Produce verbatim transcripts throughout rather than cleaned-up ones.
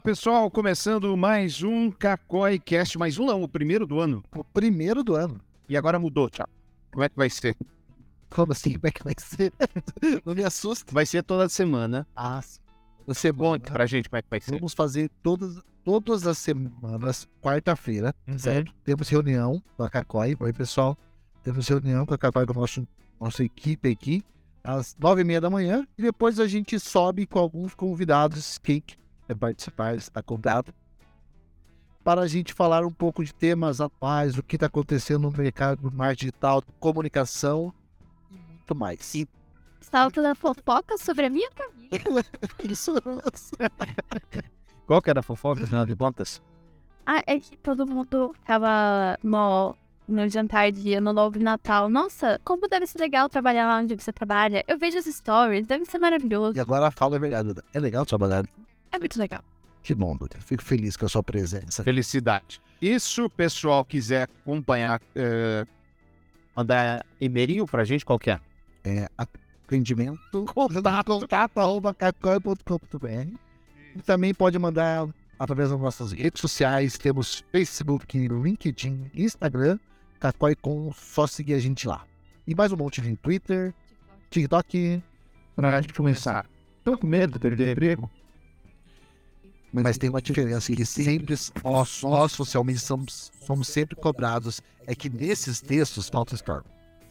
Pessoal, começando mais um CacoiCast, mais um não, o primeiro do ano. O primeiro do ano. E agora mudou, tchau. Como é que vai ser? Como assim? Como é que vai ser? Não me assusta. Vai ser toda semana. Ah, sim. Você Conte pra gente como é que vai ser. Vamos fazer todas, todas as semanas, quarta-feira, Uhum. certo? Temos reunião com a Cacói. Oi, pessoal. Temos reunião com a Cacói, com a nossa, nossa equipe aqui, às nove e meia da manhã. E depois a gente sobe com alguns convidados, quem quer participar, está convidado, para a gente falar um pouco de temas atuais, o que está acontecendo no mercado do marketing digital, comunicação e muito mais. E salto da fofoca sobre a minha família. Isso, Qual que era a fofoca, afinal de contas? Ah, é que todo mundo tava no, no jantar de Ano Novo e Natal. Nossa, como deve ser legal trabalhar lá onde você trabalha. Eu vejo as stories, deve ser maravilhoso. E agora fala a verdade, Duda. É legal trabalhar? É muito legal. Que bom, Duda. Fico feliz com a sua presença. Felicidade. E se o pessoal quiser acompanhar, é, mandar e-mail pra gente, qual que é? É atendimento contato arroba cacói ponto com ponto br. E também pode mandar através das nossas redes sociais. Temos Facebook, LinkedIn, Instagram, Cacói com, só seguir a gente lá. E mais um monte de Twitter, TikTok. Pra gente começar. Tô com medo de perder emprego? Mas tem uma diferença que sempre nós, nós socialmente somos, somos sempre cobrados, é que nesses textos falta história.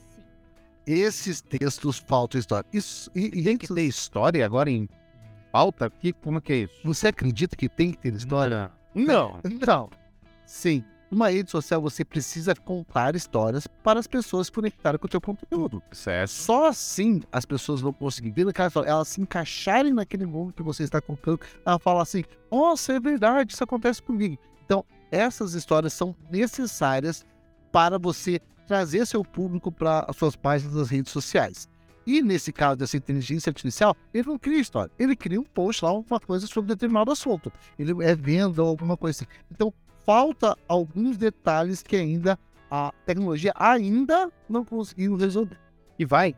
Esses textos faltam história. Isso, e, e Tem que ter história agora em pauta? Que, como é que é isso? você acredita que tem que ter história? Não. Não. Sim. Numa rede social você precisa contar histórias para as pessoas se conectarem com o teu conteúdo. Certo. Só assim as pessoas vão conseguir ver naquela história, elas se encaixarem naquele mundo que você está contando, ela fala assim, nossa, é verdade, isso acontece comigo. Então, essas histórias são necessárias para você trazer seu público para as suas páginas das redes sociais. E nesse caso dessa inteligência artificial, ele não cria história, ele cria um post lá, uma coisa sobre determinado assunto. Ele é venda ou alguma coisa assim. Então, falta alguns detalhes que ainda a tecnologia ainda não conseguiu resolver. E vai.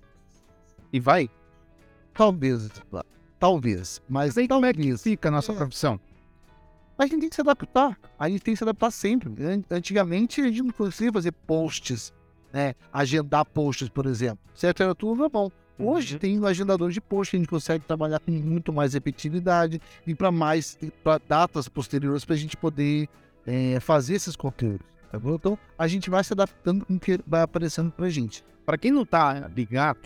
E vai. Talvez, talvez, mas Aí como é que talvez. fica a nossa É. profissão? A gente tem que se adaptar, a gente tem que se adaptar sempre. An- Antigamente a gente não conseguia fazer posts, né? Agendar posts, por exemplo. Certo? Era tudo na mão. Hoje Uhum. tem um agendador de posts que a gente consegue trabalhar com muito mais repetitividade e para mais, para datas posteriores para a gente poder é, fazer esses conteúdos. Tá bom? Então a gente vai se adaptando com o que vai aparecendo pra gente. Para quem não tá ligado,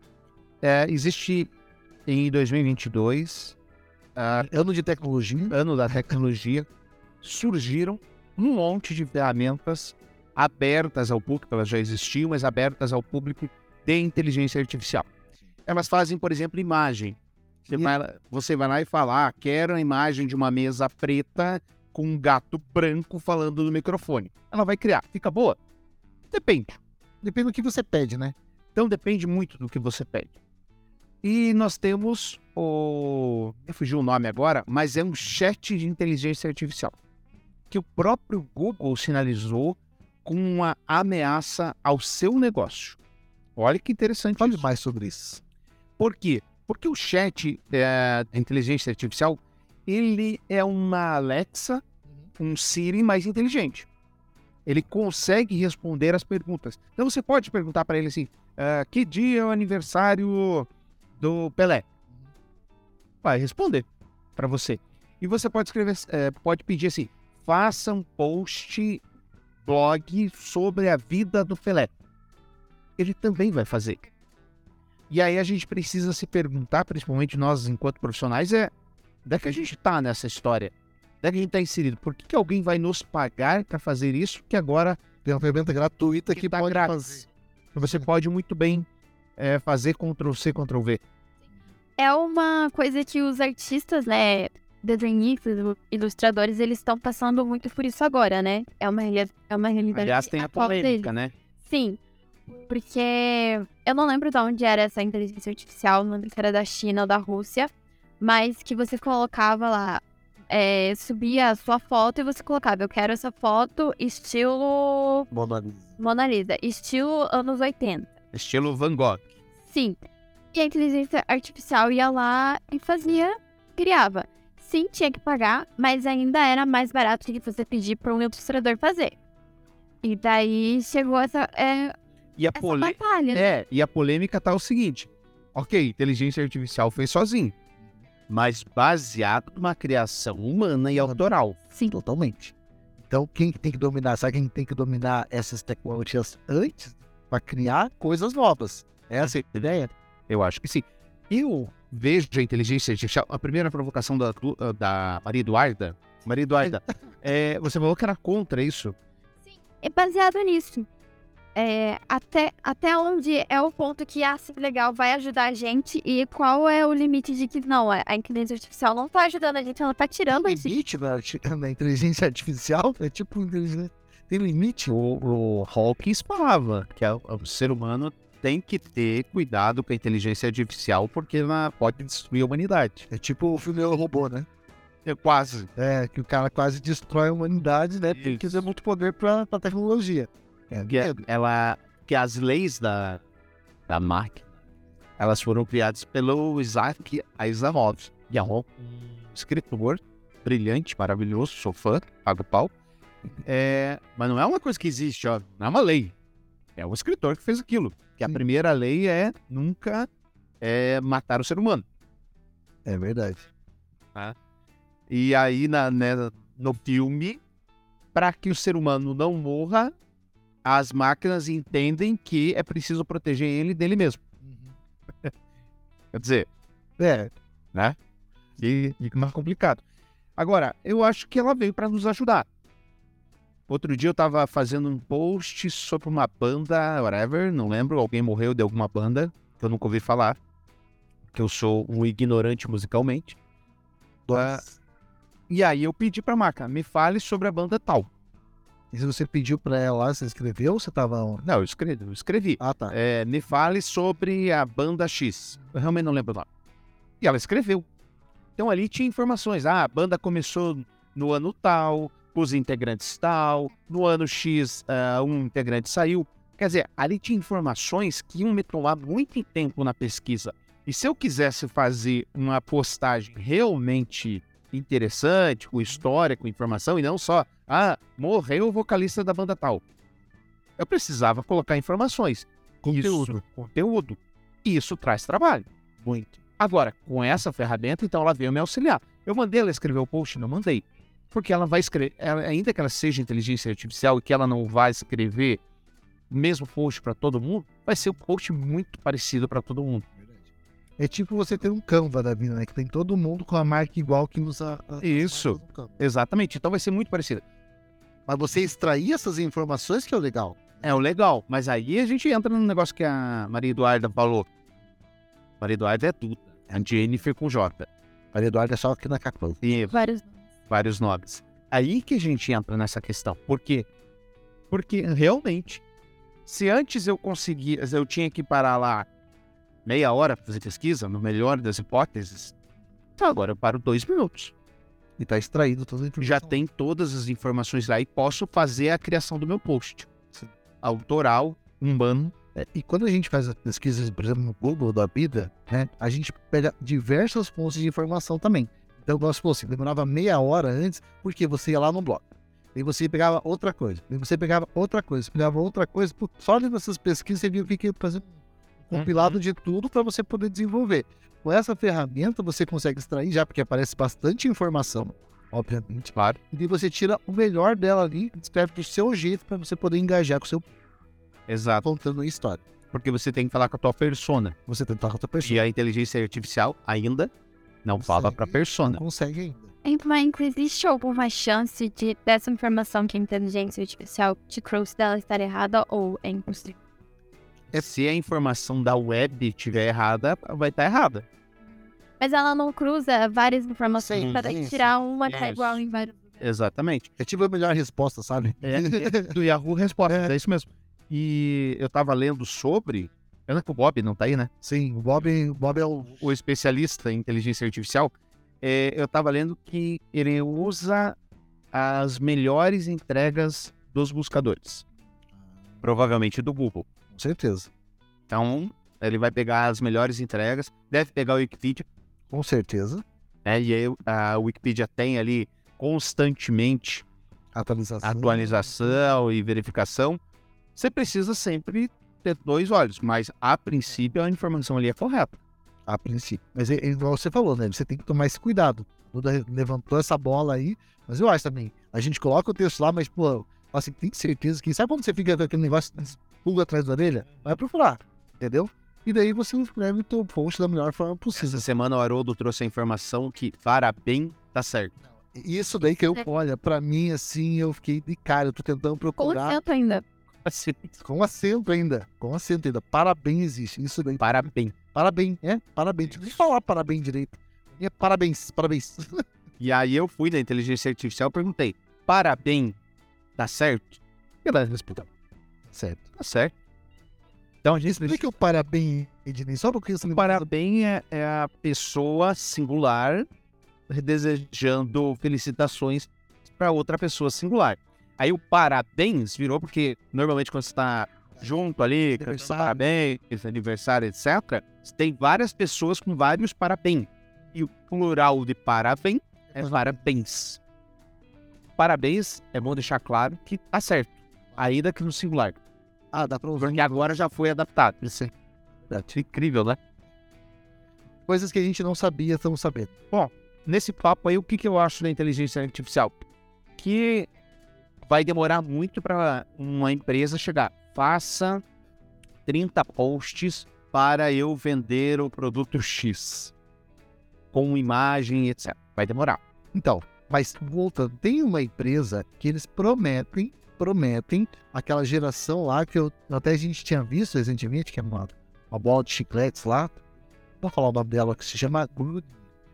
é, existe em dois mil e vinte e dois, ah, Ano de tecnologia. ano da tecnologia, surgiram um monte de ferramentas abertas ao público, elas já existiam, mas abertas ao público de inteligência artificial. Elas fazem, por exemplo, imagem. Você, E- vai, lá- você vai lá e fala, ah, quero a imagem de uma mesa preta com um gato branco falando no microfone. Ela vai criar. Fica boa? Depende. Depende do que você pede, né? Então depende muito do que você pede. E nós temos o... Me fugiu o nome agora, mas é um chat de inteligência artificial. Que o próprio Google sinalizou com uma ameaça ao seu negócio. Olha que interessante. Fale isso. mais sobre isso. Por quê? Porque o chat é, da inteligência artificial, ele é uma Alexa, um Siri mais inteligente. Ele consegue responder as perguntas. Então você pode perguntar para ele assim, ah, que dia é o aniversário do Pelé? Vai responder para você. E você pode escrever, eh, pode pedir assim, faça um post blog sobre a vida do Pelé. Ele também vai fazer. E aí a gente precisa se perguntar, principalmente nós enquanto profissionais, é onde é que a gente está nessa história? Onde é que a gente está inserido? Por que, que alguém vai nos pagar para fazer isso que agora Tem uma ferramenta gratuita que que tá pode grátis? fazer. Você pode muito bem eh, fazer control C, control V. É uma coisa que os artistas, né, desenhistas, ilustradores, eles estão passando muito por isso agora, né? É uma, reali- é uma realidade Aliás, tem a atual polêmica, deles. né? Sim, porque eu não lembro de onde era essa inteligência artificial, não lembro se era da China ou da Rússia, mas que você colocava lá, é, subia a sua foto e você colocava, eu quero essa foto estilo Mona Lisa. Mona Lisa, estilo anos oitenta. Estilo Van Gogh. Sim. E a inteligência artificial ia lá e fazia, criava. sim, tinha que pagar, mas ainda era mais barato que você pedir para um ilustrador fazer. E daí chegou essa, é, E a, essa pole... batalha. né? é, e a polêmica tá o seguinte. Ok, inteligência artificial fez sozinho. Mas baseado numa criação humana e autoral. Sim. Totalmente. Então, quem que tem que dominar? Sabe quem tem que dominar essas tecnologias antes para criar coisas novas? Essa é a ideia? Eu acho que sim. Eu vejo a inteligência artificial... A primeira provocação da, da Maria Eduarda... Maria Eduarda, é, você falou que era contra isso. É baseado nisso. É, até, até onde é o ponto que a Sim Legal vai ajudar a gente e qual é o limite de que não, a inteligência artificial não tá ajudando a gente, ela tá tirando a Tem gente. limite na, arti- na inteligência artificial? É tipo inteligência... Tem limite? O, o Hawkins falava que a- o ser humano tem que ter cuidado com a inteligência artificial porque ela pode destruir a humanidade. É tipo o filme Eu, Robô, né? É quase. É, que o cara quase destrói a humanidade, né? Porque Isso. é muito poder pra, pra tecnologia. É, Que, é- medo. ela, que as leis da, da máquina, elas foram criadas pelo Isaac Asimov, que é um escritor brilhante, maravilhoso, sou fã, pago pau. É, mas não é uma coisa que existe, ó, não é uma lei. É um escritor que fez aquilo. Que a Sim. primeira lei é nunca é, matar o ser humano. É verdade. E aí, na, né, no filme, para que o ser humano não morra, as máquinas entendem que é preciso proteger ele dele mesmo. Quer dizer, É, né? E fica mais complicado. Agora, eu acho que ela veio para nos ajudar. Outro dia eu tava fazendo um post sobre uma banda, whatever, não lembro, alguém morreu de alguma banda, que eu nunca ouvi falar, que eu sou um ignorante musicalmente. Ah, e aí eu pedi pra máquina, me fale sobre a banda tal. e se você pediu pra ela lá, você escreveu ou você tava... onde? Não, eu escrevi, eu escrevi. Ah, tá. É, me fale sobre a banda X. Eu realmente não lembro o nome. E ela escreveu. Então ali tinha informações. Ah, a banda começou no ano tal, os integrantes tal, no ano X ah, um integrante saiu. Quer dizer, ali tinha informações que iam me tomar muito tempo na pesquisa. E se eu quisesse fazer uma postagem realmente interessante, com história, com informação, e não só, ah, morreu o vocalista da banda tal. Eu precisava colocar informações. Conteúdo. Isso, conteúdo. E isso traz trabalho. Muito. Agora, com essa ferramenta, então ela veio me auxiliar. Eu mandei ela escrever o post? Não mandei. Porque ela vai escrever, ela- ainda que ela seja inteligência artificial e que ela não vai escrever o mesmo post para todo mundo, vai ser um post muito parecido para todo mundo. É tipo você ter um Canva da vida, né? Que tem todo mundo com a marca igual que usa... a- as Isso. marcas do Canva. Exatamente. Então vai ser muito parecido. Mas você extrair essas informações que é o legal. É o legal. Mas aí a gente entra no negócio que a Maria Eduarda falou. Maria Eduarda é Duda. É a Jennifer com J. Maria Eduarda é só aqui na Capão. E Vários. vários nomes. Aí que a gente entra nessa questão. Por quê? Porque realmente, se antes eu conseguia, eu tinha que parar lá meia hora para fazer pesquisa, no melhor das hipóteses, então agora eu paro dois minutos. E tá extraído toda a informação. Já tem todas as informações lá e posso fazer a criação do meu post. Sim. Autoral, humano. É, e quando a gente faz as pesquisas, por exemplo, no Google da vida, né, a gente pega diversas fontes de informação também. Então, como se fosse, demorava meia hora antes, porque você ia lá no blog. Aí você pegava outra coisa. Aí você pegava outra coisa, você pegava outra coisa. Pô, só nessas pesquisas você viu que tinha que fazer um compilado de tudo para você poder desenvolver. Com essa ferramenta você consegue extrair já, porque aparece bastante informação, obviamente. Claro. E daí você tira o melhor dela ali, escreve do seu jeito para você poder engajar com o seu Exato. contando a história. Porque você tem que falar com a tua persona. Você tentar com outra pessoa. E a inteligência artificial ainda não Consegue. fala para persona. Não consegue ainda. Então, mas existe alguma chance de dessa informação que a inteligência artificial te trouxe dela estar errada ou é impossível? Se a informação da web estiver errada, vai estar errada. Mas ela não cruza várias informações Sim, para sim, tirar uma que é Isso. igual em vários lugares. Exatamente. É tipo a melhor resposta, sabe? É, do Yahoo Respostas, é. isso mesmo. E eu tava lendo sobre... Pena que o Bob não tá aí, né? Sim, o Bob, o Bob é o... O especialista em inteligência artificial. É, eu tava lendo que ele usa as melhores entregas dos buscadores. Provavelmente do Google. Com certeza. Então, ele vai pegar as melhores entregas, deve pegar o Wikipedia, Com certeza. né? E aí a Wikipedia tem ali constantemente Atualização. atualização e verificação. Você precisa sempre ter dois olhos, mas a princípio a informação ali é correta. A princípio. Mas é, é igual você falou, né? Você tem que tomar esse cuidado. Duda levantou essa bola aí, mas eu acho também. A gente coloca o texto lá, mas, pô, assim, tem certeza que. Sabe quando você fica com aquele negócio pulga atrás da orelha? Vai procurar, entendeu? E daí você escreve o teu post da melhor forma possível. Essa semana o Haroldo trouxe a informação que parabéns, tá certo. Isso daí que eu, olha, pra mim, assim, eu fiquei de cara. Eu tô tentando Com procurar. acento ainda. Assim, Com acento ainda. Com acento ainda. Parabéns existe. Isso daí. parabéns. Parabéns, é? Parabéns. Deixa eu nem falar parabéns direito. É parabéns, parabéns. E aí eu fui da inteligência artificial e perguntei, parabéns, tá certo? E ela respondeu, Certo. tá certo. Então a gente Explica o parabéns, Ednei, só porque você O parabéns é, é a pessoa singular desejando felicitações para outra pessoa singular. Aí o parabéns virou porque normalmente quando você está junto ali, cantando Aniversário. parabéns, aniversário, etcétera, tem várias pessoas com vários parabéns. E o plural de parabéns é parabéns. Parabéns, é bom deixar claro que tá certo. Ainda que no singular. Ah, dá pra usar. Porque agora já foi adaptado. Isso é incrível, né? Coisas que a gente não sabia, estamos sabendo. Nesse papo aí, o que, que eu acho da inteligência artificial? Que vai demorar muito para uma empresa chegar. Faça trinta posts para eu vender o produto X. Com imagem, etcétera. Vai demorar. Então, mas voltando, tem uma empresa que eles prometem, prometem, aquela geração lá que eu, até a gente tinha visto recentemente, que é uma, uma bola de chicletes lá. Vou falar o nome dela, que se chama Good.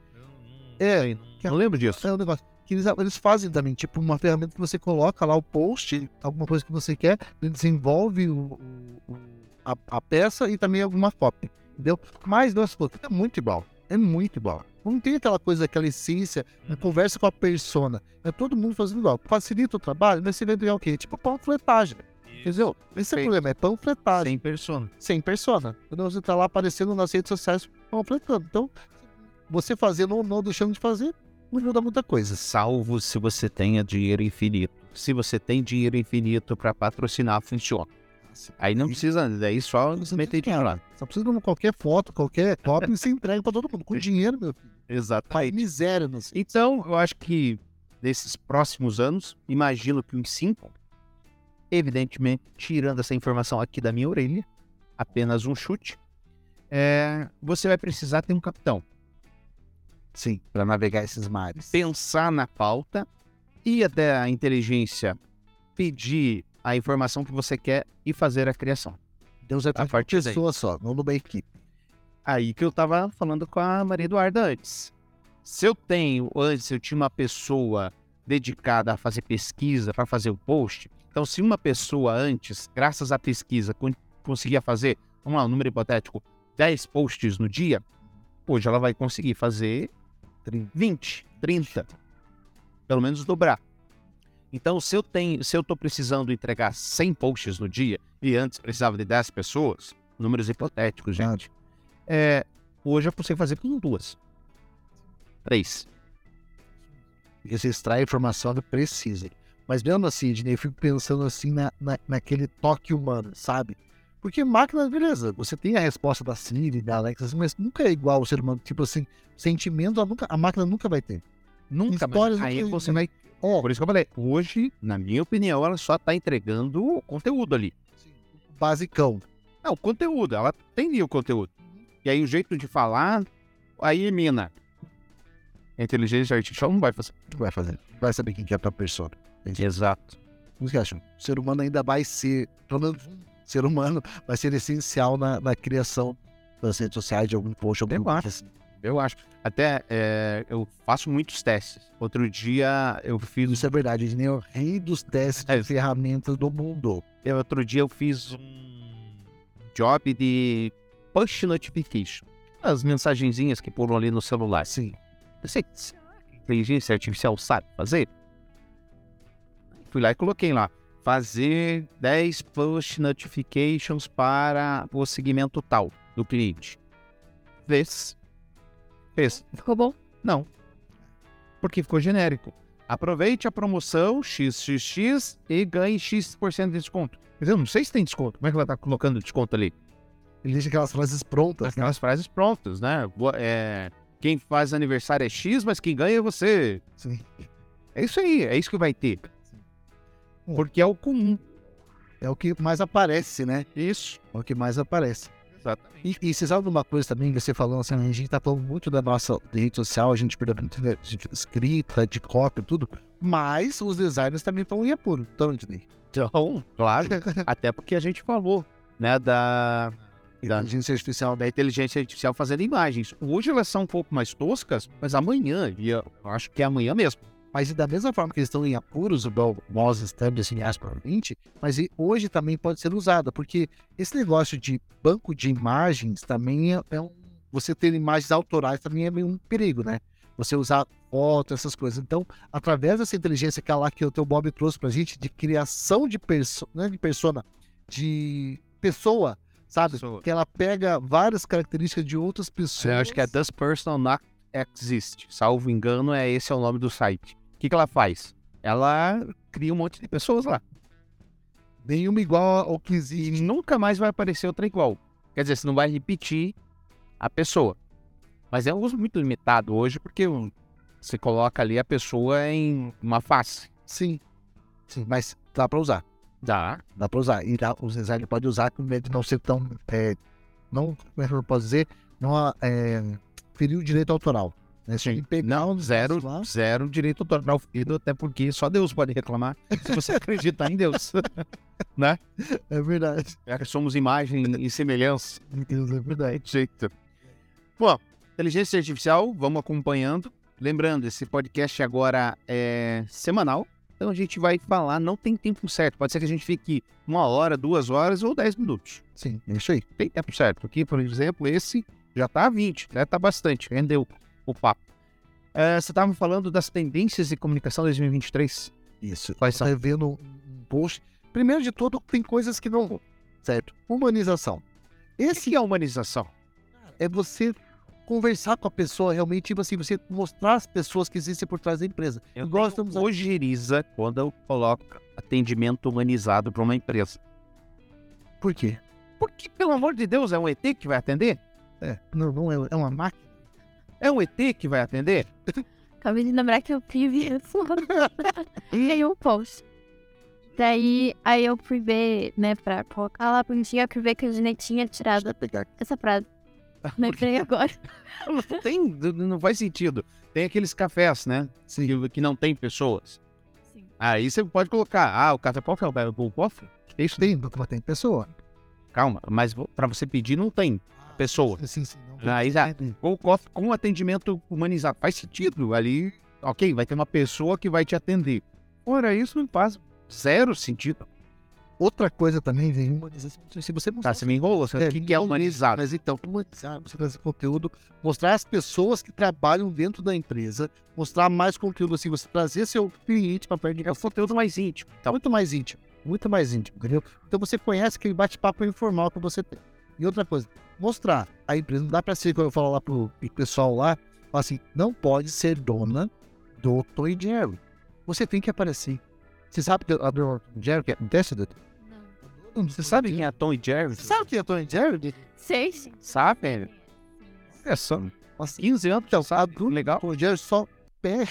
É, Não lembro disso. é um negócio que eles, eles fazem também, tipo uma ferramenta que você coloca lá o post, alguma coisa que você quer, ele desenvolve o, o- o- a, a peça e também alguma cópia, entendeu? Mas, nossa, pô, é muito igual, é muito igual. Não tem aquela coisa, aquela essência, a conversa com a persona, é todo mundo fazendo igual. Facilita o trabalho, mas você vai ganhar o quê? Tipo panfletagem, entendeu? Esse é o Sim. problema, é panfletagem, Sem persona. sem persona. Quando você tá lá aparecendo nas redes sociais panfletando. Então, você fazendo ou não deixando de fazer, não muda muita coisa. Salvo se você tenha dinheiro infinito. Se você tem dinheiro infinito para patrocinar, funciona. Aí não precisa, daí só meter dinheiro lá. Só precisa de qualquer foto, qualquer cópia e você entrega pra todo mundo. Com dinheiro, meu filho. Pai, Exatamente. miséria, não sei. Então, eu acho que nesses próximos anos, imagino que uns cinco, evidentemente, tirando essa informação aqui da minha orelha, apenas um chute, é, você vai precisar ter um capitão. Sim, pra navegar esses mares. Pensar na pauta e até a inteligência pedir a informação que você quer e fazer a criação. Deus é A pra partir daí. pessoa só, não numa equipe. Aí que eu tava falando com a Maria Eduarda antes. Se eu tenho, antes eu tinha uma pessoa dedicada a fazer pesquisa para fazer o post, então se uma pessoa antes, graças à pesquisa, con- conseguia fazer, vamos lá, um número hipotético, dez posts no dia, hoje ela vai conseguir fazer vinte, trinta, pelo menos dobrar. Então, se eu tenho, se eu tô precisando entregar cem posts no dia e antes precisava de dez pessoas, números hipotéticos, gente. É, hoje eu consigo fazer com duas. Três. Porque você extrai a informação que precisa. Mas mesmo assim, Ednei, eu fico pensando assim na, na, naquele toque humano, sabe? Porque máquina, beleza, você tem a resposta da Siri, da Alexa, mas nunca é igual ao ser humano. Tipo assim, sentimento a, nunca, a máquina nunca vai ter. Nunca Histórias mais. Aí nunca- você vai. Por isso que eu falei, hoje, na minha opinião, ela só tá entregando o conteúdo ali. Basicão. Não, o conteúdo, ela tem ali o conteúdo. E aí o jeito de falar, aí elimina. A inteligência artificial não vai fazer. Não vai fazer. Não vai saber quem que é a tua pessoa. Exato. O que você acha? O ser humano ainda vai ser, pelo menos um ser humano, vai ser essencial na, na criação das redes sociais, de algum post, algum Eu acho. assim. Eu acho. Até é, eu faço muitos testes. Outro dia eu fiz. Isso é verdade, Ednei é o rei dos testes de É. ferramentas do mundo. eu- Outro dia eu fiz um job de push notification. As mensagenzinhas que pulam ali no celular. Sim. Eu sei, será que a inteligência artificial sabe fazer? Fui lá e coloquei lá. Fazer dez push notifications para o segmento tal do cliente. Fez. Fez. Ficou bom? Não. porque ficou genérico. Aproveite a promoção X X X e ganhe X% de desconto. Quer dizer, eu não sei se tem desconto. Como é que ela tá colocando desconto ali? Ele deixa aquelas frases prontas. Aquelas frases prontas, né? Boa- É, quem faz aniversário é X, mas quem ganha é você. Sim. É isso aí, é isso que vai ter. Sim. Porque é o comum. É o que mais aparece, né? Isso. É o que mais aparece. Exatamente. E, e você sabe uma coisa também que você falou assim, a gente tá falando muito da nossa rede social, a gente perdeu muito de escrita, de cópia, tudo, mas os designers também estão em apuro, então, Disney. Então, claro, até porque a gente falou, né, da, da, Inteligência artificial, da inteligência artificial fazendo imagens. Hoje elas são um pouco mais toscas, mas amanhã, e eu acho que é amanhã mesmo. mas e da mesma forma que eles estão em apuros, igual nós estamos assim, provavelmente, mas e hoje também pode ser usada, porque esse negócio de banco de imagens também é, é um... Você ter imagens autorais também é meio um perigo, né? Você usar foto, essas coisas. Então, através dessa inteligência que é lá que o teu Bob trouxe pra gente, de criação de persona, não é de persona, de pessoa, sabe? Pessoa. Que ela pega várias características de outras pessoas. Eu acho que é Does Personal Not Exist. Salvo engano, é esse é o nome do site. O que, que ela faz? Ela cria um monte de pessoas lá. Nenhuma igual ao que E existe. nunca mais vai aparecer outra igual. Quer dizer, você não vai repetir a pessoa. Mas é um uso muito limitado hoje, porque um, você coloca ali a pessoa em uma face. Sim. Sim, mas dá pra usar. Dá. Dá pra usar. E dá, os designers podem usar com medo de não ser tão. É, não, como é que eu posso dizer? Não é, ferir o direito autoral. Né? Se Sim. ele pegar Não, um zero, lá, zero direito autoral ferido, até porque só Deus pode reclamar se você acreditar em Deus. Né? é verdade. É que somos imagem e semelhança. Deus, é verdade. Jeito. Bom, inteligência artificial, vamos acompanhando. Lembrando, esse podcast agora é semanal. Então a gente vai falar, não tem tempo certo. Pode ser que a gente fique uma hora, duas horas ou dez minutos. Sim, é isso aí. Tem tempo certo. Aqui, por exemplo, esse já tá a vinte, já tá bastante, rendeu o papo. É, você estava falando das tendências de comunicação dois mil e vinte e três. Isso. Quais são? Tá vendo um post. Primeiro de tudo, tem coisas que não. Certo? Humanização. O Esse que é humanização? é você conversar com a pessoa realmente, tipo assim, você mostrar as pessoas que existem por trás da empresa. Eu Igual tenho estamos ojeriza quando eu coloco atendimento humanizado para uma empresa. Por quê? Porque, pelo amor de Deus, é um E T que vai atender? É, não, não é, é uma máquina. É um E T que vai atender? Acabei de lembrar que eu fiz isso. E aí um post. Daí, aí eu fui ver, né, pra colocar lá bonitinho, eu fui ver que a Gene tinha tirado Deixa eu pegar. essa frase. Lembrei agora. Não tem, não faz sentido. Tem aqueles cafés, né? Que, que não tem pessoas. Sim. Aí você pode colocar, ah, o café qual que é o Go Coffee? Isso tem. Tem, mas tem pessoa. Calma, mas para você pedir não tem pessoa. Sim, sim. Não, Aí já, Go Coffee com atendimento humanizado. Faz sentido ali, ok, vai ter uma pessoa que vai te atender. Fora isso, não faz zero sentido. Outra coisa também, vem humanização. Se você Tá, mostrar você me enrolou. Você, o que, que é humanizado? Mas então, humanizar, você trazer conteúdo, mostrar as pessoas que trabalham dentro da empresa, mostrar mais conteúdo assim, você trazer seu cliente para perto de É o conteúdo mais íntimo. Tá muito mais íntimo, muito mais íntimo, entendeu? Então você conhece aquele bate-papo informal que você tem. E outra coisa, mostrar a empresa, não dá para ser, quando eu falo lá pro pessoal lá, fala assim, não pode ser dona do Tom e Jerry. Você tem que aparecer. Você sabe que a do Tom e Jerry, que acontece, Dudu? Não. Você sabe quem é Tom e Jerry? Você sabe quem é Tom e Jerry? Sei, sim. Sabe, velho? É só Umas quinze anos, então, sabe? Legal. Tom e Jerry só pé.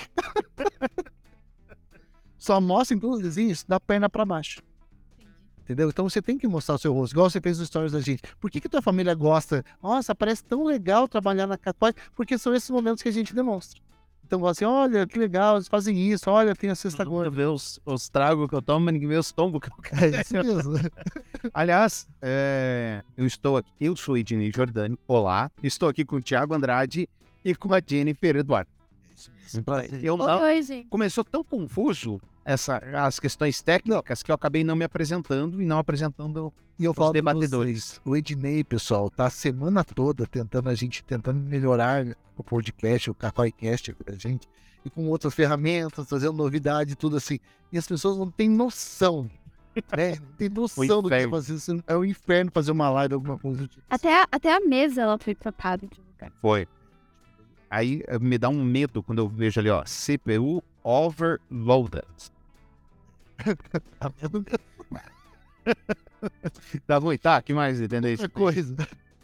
Só mostra em duas vizinhos da perna para baixo. Entendeu? Então você tem que mostrar o seu rosto, igual você fez nos stories da gente. Por que que tua família gosta? Nossa, parece tão legal trabalhar na Capaz, porque são esses momentos que a gente demonstra. Então, assim, olha, que legal, eles fazem isso, olha, tem a cesta gorda. Ver os, os tragos que eu tomo, mas ninguém vê os tombos que eu É isso mesmo. Aliás, é, eu estou aqui, eu sou Ednei Jordani, olá, estou aqui com o Thiago Andrade e com a Jennifer Eduardo. Eu não, Oi, gente. começou tão confuso essa, as questões técnicas que eu acabei não me apresentando e não apresentando E eu os falo pra debatedores. vocês, o Ednei, pessoal, tá a semana toda tentando a gente, tentando melhorar o podcast, o CacóiCast a gente, e com outras ferramentas, trazendo novidade, tudo assim. E as pessoas não têm noção, né? Não tem noção do que é inferno. fazer isso. É o inferno fazer uma live, alguma coisa do tipo. Até a, até a mesa ela foi papada de lugar. Foi. Aí eh, me dá um medo quando eu vejo ali, ó, C P U overloaded. Tá vendo? Tá ruim, tá? Que mais, entendeu isso? Outra coisa.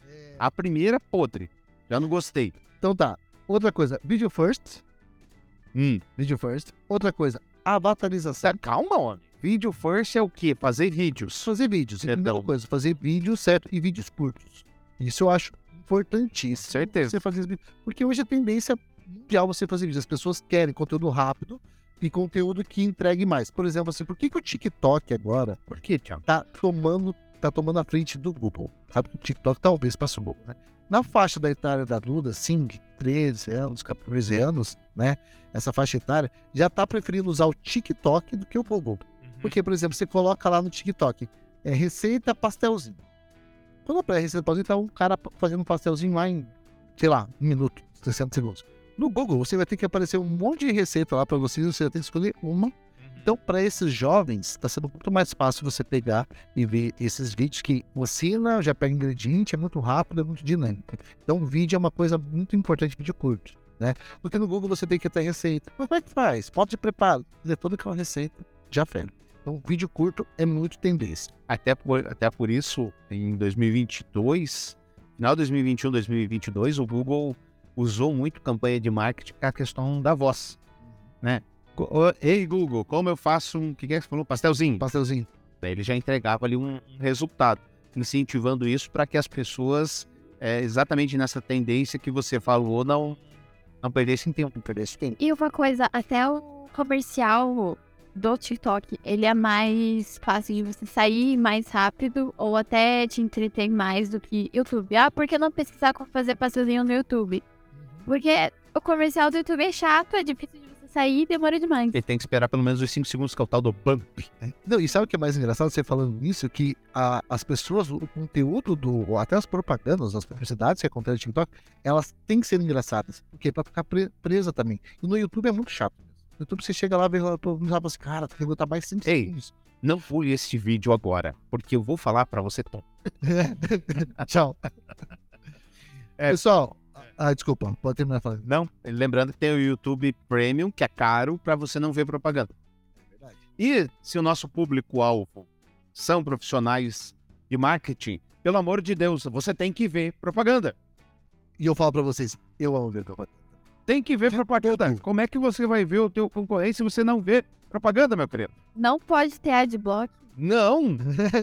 A primeira, podre. Já não gostei. Então tá. Outra coisa, video first. Hum. Video first. Outra coisa, avatarização. Tá, calma, homem. Video first é o quê? Fazer vídeos. Fazer vídeos. Perdão. Primeira coisa, fazer vídeos, certo? E vídeos curtos. Isso eu acho importantíssimo. Certeza. Você fazer vídeos. Porque hoje a tendência mundial você fazer vídeos. As pessoas querem conteúdo rápido e conteúdo que entregue mais. Por exemplo, assim, por que, que o TikTok agora Por quê, Thiago? tá tomando, tá tomando a frente do Google? Sabe que o TikTok talvez passe o Google, né? Na faixa da etária da Duda, sim, de treze anos, quatorze anos, né? Essa faixa etária já tá preferindo usar o TikTok do que o Google. Porque, por exemplo, você coloca lá no TikTok, é receita pastelzinho. Quando é receita pastelzinho, tá um cara fazendo um pastelzinho lá em, sei lá, um minuto, sessenta segundos. No Google, você vai ter que aparecer um monte de receita lá para você, você vai ter que escolher uma. Então, para esses jovens, está sendo muito mais fácil você pegar e ver esses vídeos que você não já pega ingrediente, é muito rápido, é muito dinâmico. Então, o vídeo é uma coisa muito importante, vídeo curto, né? Porque no Google você tem que ter receita. Mas como é que faz? Pode de preparo, fazer toda aquela receita, já fez. Então, vídeo curto é muito tendência. Até por, até por isso, em dois mil e vinte e dois, final de dois mil e vinte e um, dois mil e vinte e dois, o Google usou muito campanha de marketing para a questão da voz, né? Ei, Google, como eu faço um, o que, que é que você falou? Pastelzinho. Pastelzinho. Daí ele já entregava ali um, um resultado, incentivando isso para que as pessoas, é, exatamente nessa tendência que você falou, não, não perdessem tempo, não perdessem tempo. E uma coisa, até o comercial do TikTok, ele é mais fácil de você sair mais rápido ou até te entreter mais do que YouTube. Ah, por que não pesquisar como fazer pastelzinho no YouTube? Porque o comercial do YouTube é chato, é difícil de você sair e demora demais. Ele tem que esperar pelo menos os cinco segundos, que é o tal do bump. Né? Não, e sabe o que é mais engraçado você falando nisso? Que a, as pessoas, o conteúdo do, até as propagandas, as publicidades que acontecem no TikTok, elas têm que ser engraçadas. Porque pra ficar pre, presa também. E no YouTube é muito chato. No YouTube você chega lá e vê lá, todo mundo fala assim, cara, tem que botar mais cinco Ei. segundos. Não pule este vídeo agora, porque eu vou falar pra você, Tom. Tchau. É. Pessoal, ah, desculpa, pode terminar falando. Não, lembrando que tem o YouTube Premium, que é caro pra você não ver propaganda. E se o nosso público-alvo são profissionais de marketing, pelo amor de Deus, você tem que ver propaganda. E eu falo pra vocês, eu amo ver propaganda. Tem que ver propaganda. Como é que você vai ver o teu concorrente se você não vê propaganda, meu querido? Não pode ter adblock. Não!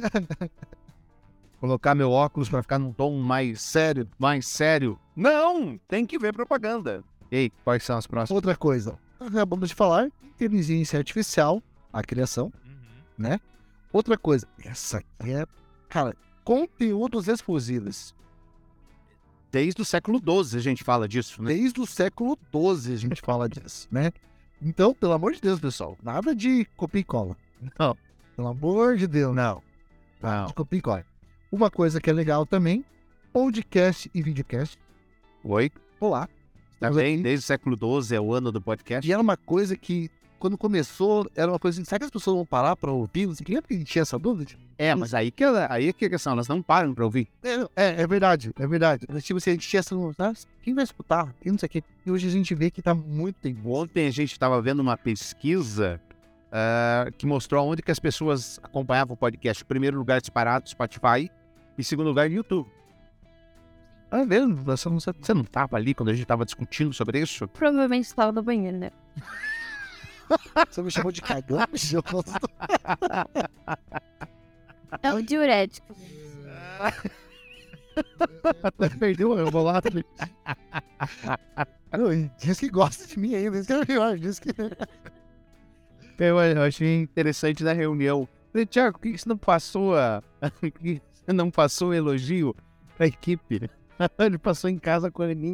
Colocar meu óculos pra ficar num tom mais Sério. mais sério. Não! Tem que ver propaganda. E aí, quais são as próximas? Outra coisa, acabamos de falar, inteligência artificial, a criação, né? Outra coisa, essa aqui é, cara, conteúdos exclusivos. Desde o século doze a gente fala disso, né? Desde o século doze a gente fala disso, né? Então, pelo amor de Deus, pessoal, nada de copia e cola. Não. Pelo amor de Deus. Não. Nada Não. de copia e cola. Uma coisa que é legal também, podcast e videocast. Oi? Olá. Também, aqui. desde o século doze é o ano do podcast. E era uma coisa que, quando começou, era uma coisa assim, será que as pessoas vão parar pra ouvir? Você lembra que a gente tinha essa dúvida? É, mas aí que, ela- aí que é a questão, elas não param pra ouvir. É, é, é verdade, é verdade. Mas, tipo assim, a gente tinha essa, ah, quem vai escutar? Quem não sei o quê. E hoje a gente vê que tá muito tempo. Ontem a gente estava vendo uma pesquisa ah, que mostrou onde que as pessoas acompanhavam o podcast. Em primeiro lugar, disparado, Spotify. Em segundo lugar, YouTube. Ah, é mesmo? Você não sabe. Você não estava ali quando a gente estava discutindo sobre isso? Provavelmente estava no banheiro, né? Você me chamou de cagão? Eu gosto. É o diurético. Até perdeu a bolada. Não, diz que gosta de mim ainda. Isso que é pior. Diz que... Eu, eu achei interessante na reunião. Falei, Thiago, por que você não passou a... por que você não passou o elogio pra equipe? Ele passou em casa com a mim.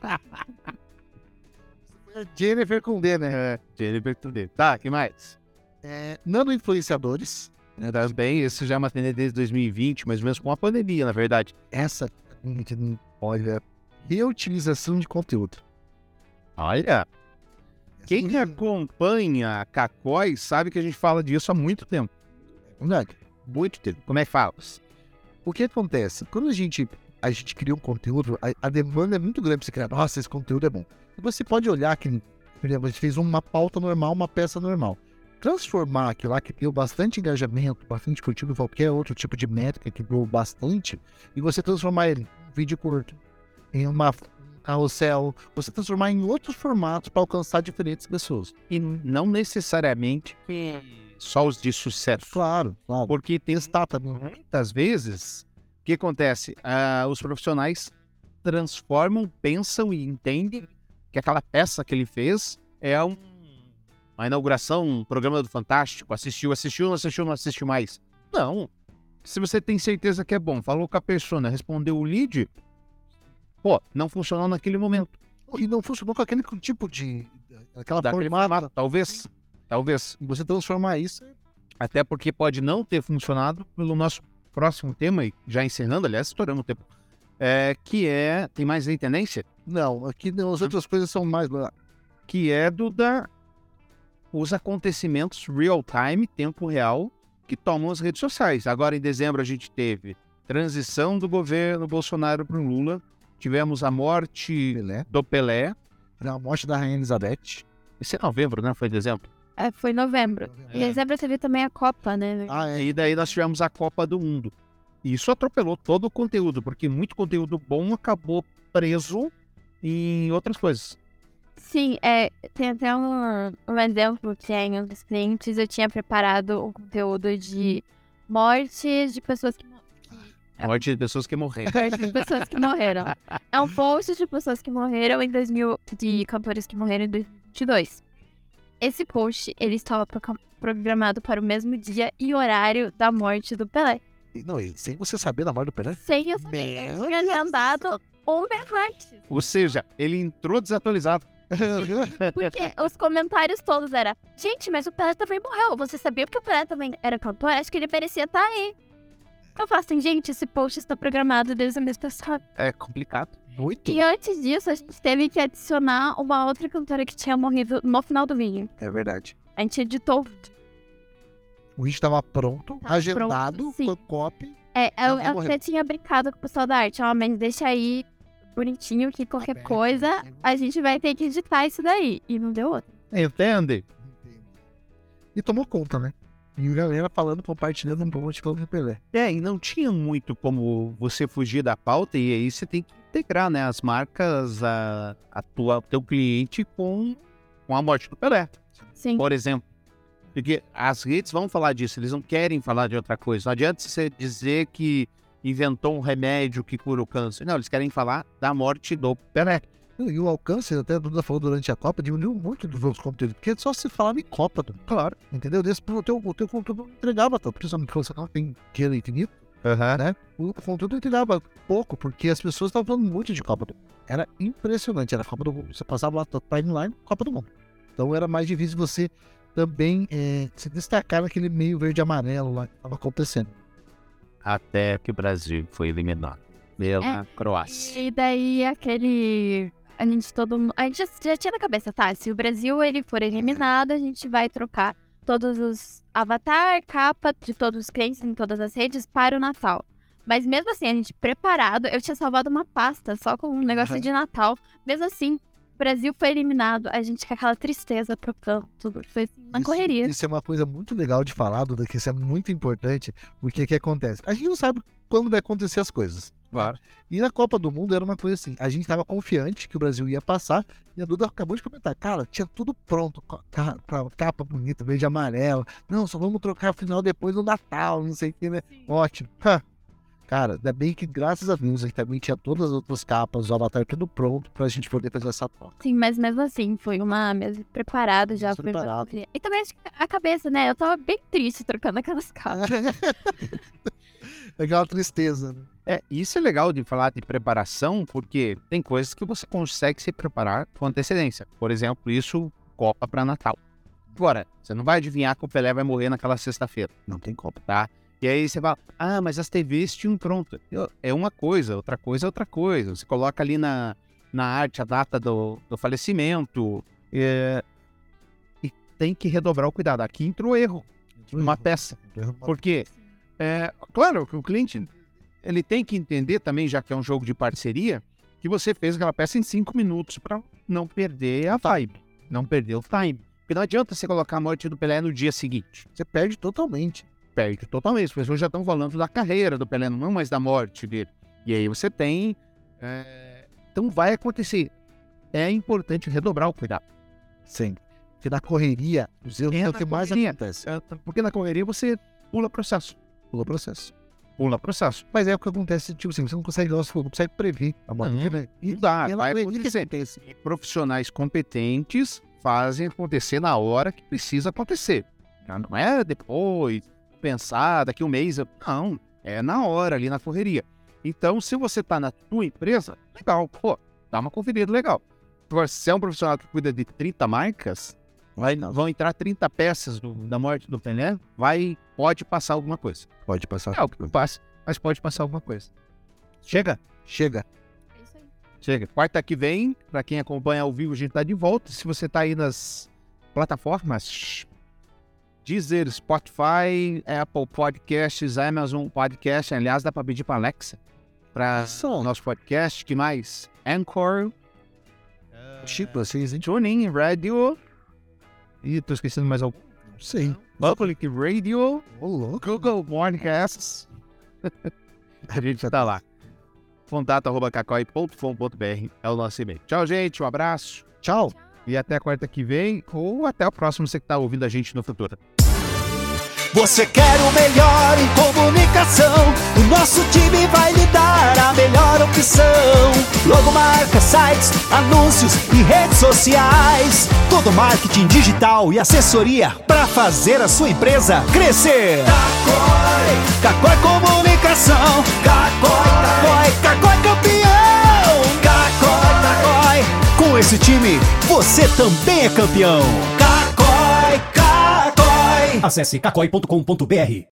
Jennifer com D, né? É, Jennifer Tudê. Tá, que mais? É, nano-influenciadores. É, também, isso já é uma tendência desde dois mil e vinte, mais ou menos com a pandemia, na verdade. Essa, a gente não pode ver. Reutilização de conteúdo. Olha, quem acompanha a Cacóis sabe que a gente fala disso há muito tempo. Verdade. Muito tempo. Como é que fala? O que acontece? Quando a gente a gente cria um conteúdo, a, a demanda é muito grande pra você criar. Nossa, esse conteúdo é bom. E você pode olhar que, por exemplo, a gente fez uma pauta normal, uma peça normal. Transformar aquilo lá que deu bastante engajamento, bastante curtido, qualquer outro tipo de métrica que deu bastante, e você transformar ele em um vídeo curto, em uma carrossel, você transformar em outros formatos para alcançar diferentes pessoas. E não necessariamente só os de sucesso. Claro, claro. Porque tem Testar também. muitas vezes, o que acontece? Ah, os profissionais transformam, pensam e entendem que aquela peça que ele fez é um, uma inauguração, um programa do Fantástico. Assistiu, assistiu, não assistiu, não assistiu mais. Não. Se você tem certeza que é bom, falou com a persona, respondeu o lead, pô, não funcionou naquele momento. E não funcionou com aquele tipo de... aquela Daquele formata. formato, talvez. Talvez. E você transformar isso... Até porque pode não ter funcionado pelo nosso próximo tema, e já encerrando, aliás, estourando o tempo, é, que é... Tem mais aí tendência? Não, aqui não, as outras coisas são mais... Que é do da... Os acontecimentos real time, tempo real, que tomam as redes sociais. Agora, em dezembro, a gente teve transição do governo Bolsonaro para o Lula. Tivemos a morte Pelé. do Pelé. A morte da Rainha Elizabeth. Esse é novembro, né? Foi dezembro. É, foi em novembro. Em dezembro teve também a Copa, né? Ah, é. E daí nós tivemos a Copa do Mundo. E isso atropelou todo o conteúdo, porque muito conteúdo bom acabou preso em outras coisas. Sim, é, tem até um, um exemplo que é em um dos clientes, eu tinha preparado um conteúdo de mortes de pessoas que, A morte de pessoas que morreram. de pessoas que morreram. É um post de pessoas que morreram em dois mil, de cantores que morreram em dois mil e vinte e dois. Esse post, ele estava pro- programado para o mesmo dia e horário da morte do Pelé. E Não, e sem você saber da morte do Pelé. Sem eu saber, eu tinha agendado um mês antes. Ou seja, ele entrou desatualizado. Porque os comentários todos eram, gente, mas o Pelé também morreu. Você sabia que o Pelé também era cantor? Acho que ele merecia estar aí. Eu falo assim, gente, esse post está programado desde o mês passado. É complicado. Muito. E antes disso, a gente teve que adicionar uma outra cantora que tinha morrido no final do vídeo. É verdade. A gente editou. O vídeo estava pronto, Tava agendado, pronto, sim. com copy. É, eu, Ela eu morreu. até tinha brincado com o pessoal da arte. Ó, mas deixa aí bonitinho que qualquer Aberto, coisa né? a gente vai ter que editar isso daí. E não deu outra. Entende? E tomou conta, né? E a galera falando, compartilhando um monte de Pelé. É, e não tinha muito como você fugir da pauta, e aí você tem que integrar, né, as marcas, a, a tua, teu cliente com, com a morte do Pelé, Sim. por exemplo. Porque as redes vão falar disso, eles não querem falar de outra coisa. Não adianta você dizer que inventou um remédio que cura o câncer. Não, eles querem falar da morte do Pelé. E o alcance, até a Duda falou durante a Copa, diminuiu muito dos outros conteúdos. Porque só se falava em Copa, Duda. Claro. Entendeu? Desse, o, teu, o teu conteúdo não entregava tanto. Principalmente quando você não tem dinheiro infinito, né? O conteúdo entregava pouco, porque as pessoas estavam falando muito de Copa do Mundo. Era impressionante. Era a Copa do Mundo. Você passava lá, timeline, Copa do Mundo. Então era mais difícil você também é, se destacar naquele meio verde e amarelo lá que estava acontecendo. Até que o Brasil foi eliminado pela É. Croácia. E daí aquele. A gente todo mundo. A gente já, já tinha na cabeça, tá? Se o Brasil ele for eliminado, a gente vai trocar todos os avatar, capa de todos os clientes em todas as redes para o Natal. Mas mesmo assim, a gente preparado, eu tinha salvado uma pasta só com um negócio Uhum. de Natal. Mesmo assim, o Brasil foi eliminado, a gente com aquela tristeza trocando tudo. Foi assim, uma Isso- correria. Isso é uma coisa muito legal de falar, Duda, que isso é muito importante, porque o que acontece? A gente não sabe quando vai acontecer as coisas. Claro. E na Copa do Mundo era uma coisa assim, a gente tava confiante que o Brasil ia passar, e a Duda acabou de comentar, cara, tinha tudo pronto, ca- ca- ca- capa bonita, verde e amarelo, não, só vamos trocar o final depois do Natal, não sei o que, né? Ótimo. Ha. Cara, ainda bem que graças a Deus a gente também tinha todas as outras capas, o avatar tudo pronto pra gente poder fazer essa troca. Sim, mas mesmo assim, foi uma mesa preparada já. Mesa Foi uma preparada. correria. E também acho que a cabeça, né? Eu tava bem triste trocando aquelas capas. Aquela tristeza, né? É, isso é legal de falar de preparação, porque tem coisas que você consegue se preparar com antecedência. Por exemplo, isso, Copa para Natal. Agora, você não vai adivinhar que o Pelé vai morrer naquela sexta-feira. Não tem Copa. Tá? E aí você fala, ah, mas as T Vs tinham pronto. Eu- É uma coisa, outra coisa é outra coisa. Você coloca ali na, na arte a data do, do falecimento, é, e tem que redobrar o cuidado. Aqui entrou erro, uma peça. Porque, é, claro, que o cliente ele tem que entender também, já que é um jogo de parceria, que você fez aquela peça em cinco minutos para não perder a vibe, não perder o time. Porque não adianta você colocar a morte do Pelé no dia seguinte. Você perde totalmente. Perde totalmente. As pessoas já estão falando da carreira do Pelé, não mais da morte dele. E aí você tem... É... Então vai acontecer. É importante redobrar o cuidado. Sim. Porque na correria, os erros é o que mais acontece. Porque na correria você pula processo. Pula processo. Pula processo. Mas é o que acontece, tipo assim, você não consegue, não consegue prever a morte. Não, né? não dá, vai acontecer. E profissionais competentes fazem acontecer na hora que precisa acontecer. Não é depois, pensar, daqui um mês. Não, é na hora, ali na correria. Então, se você tá na tua empresa, legal, pô, dá uma conferida legal. Agora, se é um profissional que cuida de trinta marcas, vai, vão entrar trinta peças do, da morte do Pelé, vai, pode passar alguma coisa. Pode passar. É o que passa, mas pode passar alguma coisa. Chega? Chega. É isso aí. Chega. Quarta que vem, pra quem acompanha ao vivo, a gente tá de volta. Se você tá aí nas plataformas Deezer, Spotify, Apple Podcasts, Amazon Podcast, aliás, dá pra pedir pra Alexa pra o nosso podcast. Que mais? Anchor, Chico, vocês, hein? TuneIn Radio. Ih, tô esquecendo mais algum. Sim. Public Radio, Ô, louco. Google Podcasts. A gente tá lá. Contato arroba cacói ponto com ponto br é o nosso e-mail. Tchau, gente. Um abraço. Tchau. E até quarta que vem, ou até o próximo, você que tá ouvindo a gente no futuro. Você quer o melhor em comunicação? O nosso time vai lhe dar a melhor opção. Logomarca, sites, anúncios e redes sociais. Todo marketing digital e assessoria para fazer a sua empresa crescer. Cacói, Cacói Comunicação. Cacói, Cacói, Cacói campeão. Cacói, Cacói. Com esse time, você também é campeão. Cacói, Cacói. Acesse cacói ponto com ponto br.